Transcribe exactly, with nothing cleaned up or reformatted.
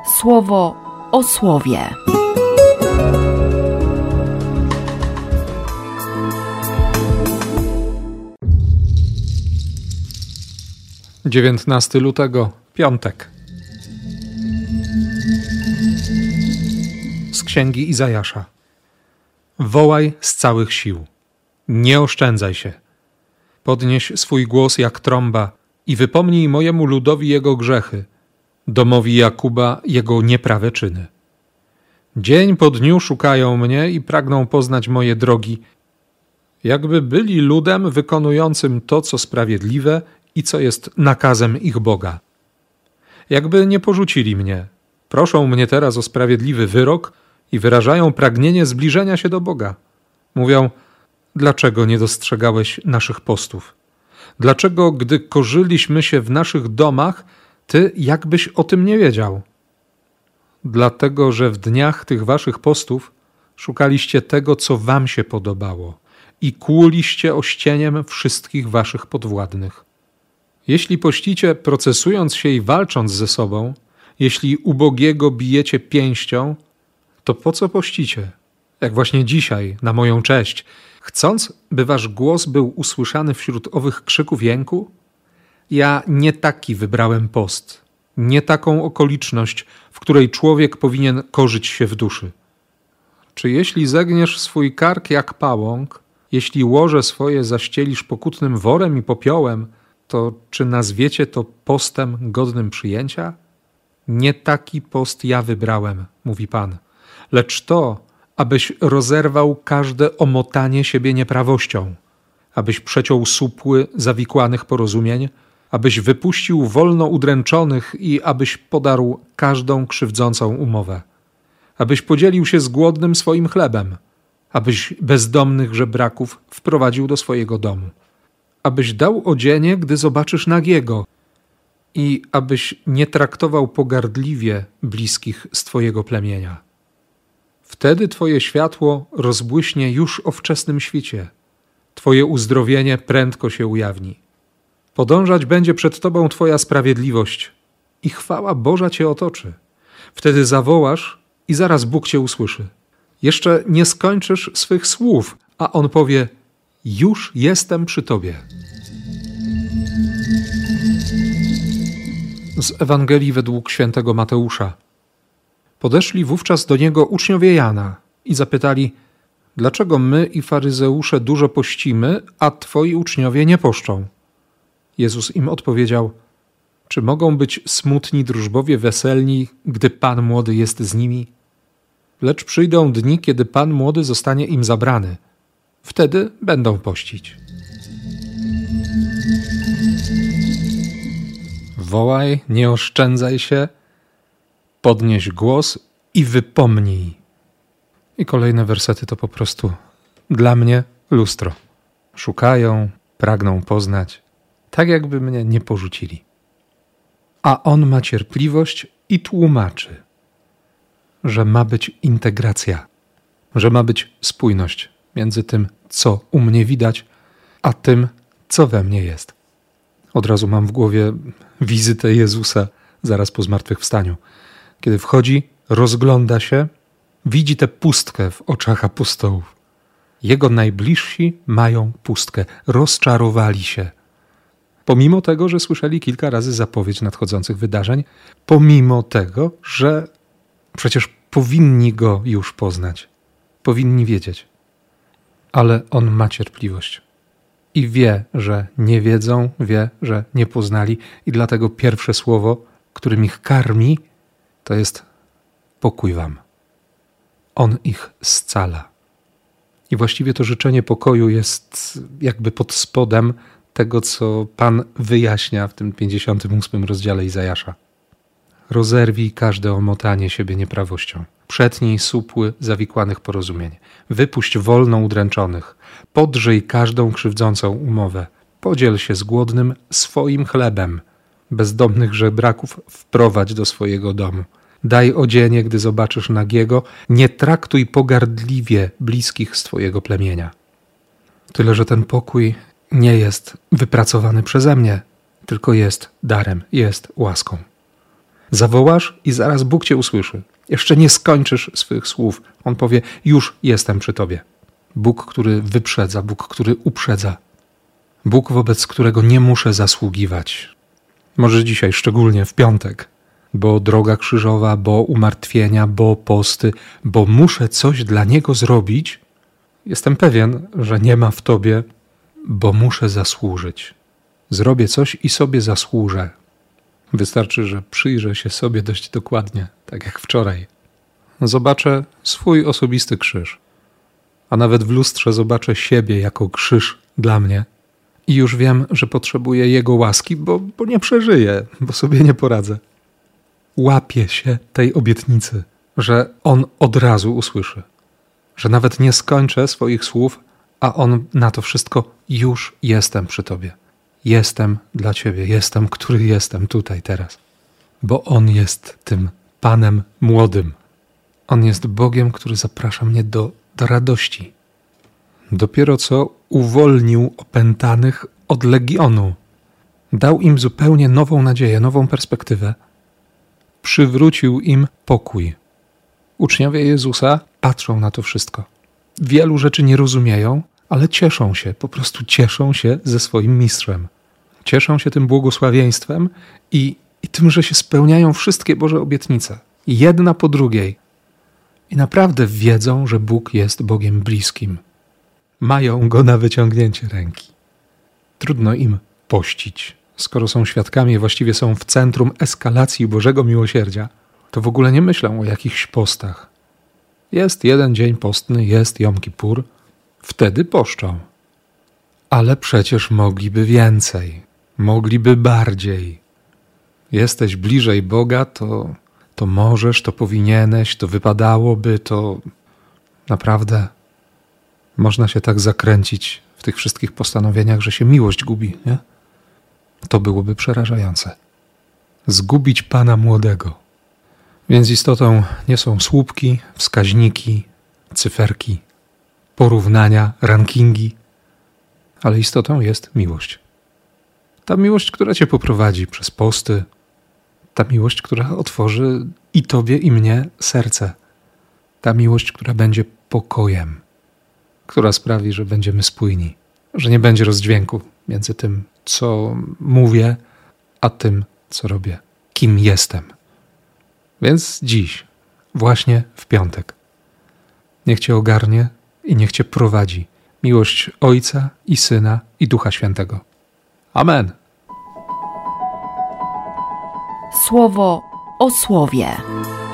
Słowo o słowie. dziewiętnastego lutego, piątek. Z księgi Izajasza. Wołaj z całych sił. Nie oszczędzaj się. Podnieś swój głos jak trąba i wypomnij mojemu ludowi jego grzechy, domowi Jakuba jego nieprawe czyny. Dzień po dniu szukają mnie i pragną poznać moje drogi, jakby byli ludem wykonującym to, co sprawiedliwe i co jest nakazem ich Boga. Jakby nie porzucili mnie, proszą mnie teraz o sprawiedliwy wyrok i wyrażają pragnienie zbliżenia się do Boga. Mówią: dlaczego nie dostrzegałeś naszych postów? Dlaczego, gdy korzyliśmy się w naszych domach, ty jakbyś o tym nie wiedział? Dlatego, że w dniach tych waszych postów szukaliście tego, co wam się podobało i kłuliście ościeniem wszystkich waszych podwładnych. Jeśli pościcie, procesując się i walcząc ze sobą, jeśli ubogiego bijecie pięścią, to po co pościcie? Jak właśnie dzisiaj, na moją cześć, chcąc, by wasz głos był usłyszany wśród owych krzyków jęku? Ja nie taki wybrałem post, nie taką okoliczność, w której człowiek powinien korzyć się w duszy. Czy jeśli zegniesz swój kark jak pałąk, jeśli łoże swoje zaścielisz pokutnym worem i popiołem, to czy nazwiecie to postem godnym przyjęcia? Nie taki post ja wybrałem, mówi Pan, lecz to, abyś rozerwał każde omotanie siebie nieprawością, abyś przeciął supły zawikłanych porozumień, abyś wypuścił wolno udręczonych i abyś podarł każdą krzywdzącą umowę, abyś podzielił się z głodnym swoim chlebem, abyś bezdomnych żebraków wprowadził do swojego domu, abyś dał odzienie, gdy zobaczysz nagiego i abyś nie traktował pogardliwie bliskich z twojego plemienia. Wtedy twoje światło rozbłyśnie już o wczesnym świcie, twoje uzdrowienie prędko się ujawni. Podążać będzie przed tobą twoja sprawiedliwość i chwała Boża cię otoczy. Wtedy zawołasz i zaraz Bóg cię usłyszy. Jeszcze nie skończysz swych słów, a On powie: już jestem przy tobie. Z Ewangelii według świętego Mateusza. Podeszli wówczas do Niego uczniowie Jana i zapytali: dlaczego my i faryzeusze dużo pościmy, a twoi uczniowie nie poszczą? Jezus im odpowiedział: czy mogą być smutni drużbowie weselni, gdy Pan młody jest z nimi? Lecz przyjdą dni, kiedy Pan młody zostanie im zabrany. Wtedy będą pościć. Wołaj, nie oszczędzaj się, podnieś głos i wypomnij. I kolejne wersety to po prostu dla mnie lustro. Szukają, pragną poznać, tak jakby mnie nie porzucili. A On ma cierpliwość i tłumaczy, że ma być integracja, że ma być spójność między tym, co u mnie widać, a tym, co we mnie jest. Od razu mam w głowie wizytę Jezusa zaraz po zmartwychwstaniu. Kiedy wchodzi, rozgląda się, widzi tę pustkę w oczach apostołów. Jego najbliżsi mają pustkę, rozczarowali się. Pomimo tego, że słyszeli kilka razy zapowiedź nadchodzących wydarzeń, pomimo tego, że przecież powinni Go już poznać, powinni wiedzieć. Ale On ma cierpliwość i wie, że nie wiedzą, wie, że nie poznali i dlatego pierwsze słowo, którym ich karmi, to jest: pokój wam. On ich scala. I właściwie to życzenie pokoju jest jakby pod spodem tego, co Pan wyjaśnia w tym pięćdziesiątym ósmym rozdziale Izajasza. Rozerwij każde omotanie siebie nieprawością. Przetnij supły zawikłanych porozumień. Wypuść wolno udręczonych. Podrzyj każdą krzywdzącą umowę. Podziel się z głodnym swoim chlebem. Bezdomnych żebraków wprowadź do swojego domu. Daj odzienie, gdy zobaczysz nagiego. Nie traktuj pogardliwie bliskich z twojego plemienia. Tyle, że ten pokój nie jest wypracowany przeze mnie, tylko jest darem, jest łaską. Zawołasz i zaraz Bóg cię usłyszy. Jeszcze nie skończysz swych słów. On powie, już jestem przy tobie. Bóg, który wyprzedza, Bóg, który uprzedza. Bóg, wobec którego nie muszę zasługiwać. Może dzisiaj, szczególnie w piątek, bo droga krzyżowa, bo umartwienia, bo posty, bo muszę coś dla Niego zrobić. Jestem pewien, że nie ma w tobie, bo muszę zasłużyć. Zrobię coś i sobie zasłużę. Wystarczy, że przyjrzę się sobie dość dokładnie, tak jak wczoraj. Zobaczę swój osobisty krzyż, a nawet w lustrze zobaczę siebie jako krzyż dla mnie i już wiem, że potrzebuję Jego łaski, bo, bo nie przeżyję, bo sobie nie poradzę. Łapię się tej obietnicy, że On od razu usłyszy, że nawet nie skończę swoich słów, a On na to wszystko już jestem przy Tobie. Jestem dla Ciebie, jestem, który jestem tutaj teraz. Bo On jest tym Panem młodym. On jest Bogiem, który zaprasza mnie do, do radości. Dopiero co uwolnił opętanych od legionu. Dał im zupełnie nową nadzieję, nową perspektywę. Przywrócił im pokój. Uczniowie Jezusa patrzą na to wszystko. Wielu rzeczy nie rozumieją, ale cieszą się, po prostu cieszą się ze swoim mistrzem. Cieszą się tym błogosławieństwem i, i tym, że się spełniają wszystkie Boże obietnice. Jedna po drugiej. I naprawdę wiedzą, że Bóg jest Bogiem bliskim. Mają Go na wyciągnięcie ręki. Trudno im pościć. Skoro są świadkami, właściwie są w centrum eskalacji Bożego miłosierdzia, to w ogóle nie myślą o jakichś postach. Jest jeden dzień postny, jest Jom Kipur, wtedy poszczą. Ale przecież mogliby więcej, mogliby bardziej. Jesteś bliżej Boga, to, to możesz, to powinieneś, to wypadałoby, to naprawdę można się tak zakręcić w tych wszystkich postanowieniach, że się miłość gubi, nie? To byłoby przerażające. Zgubić Pana młodego. Więc istotą nie są słupki, wskaźniki, cyferki, porównania, rankingi, ale istotą jest miłość. Ta miłość, która cię poprowadzi przez posty, ta miłość, która otworzy i tobie, i mnie serce. Ta miłość, która będzie pokojem, która sprawi, że będziemy spójni, że nie będzie rozdźwięku między tym, co mówię, a tym, co robię, kim jestem. Więc dziś, właśnie w piątek, niech cię ogarnie i niech cię prowadzi miłość Ojca i Syna i Ducha Świętego. Amen. Słowo o słowie.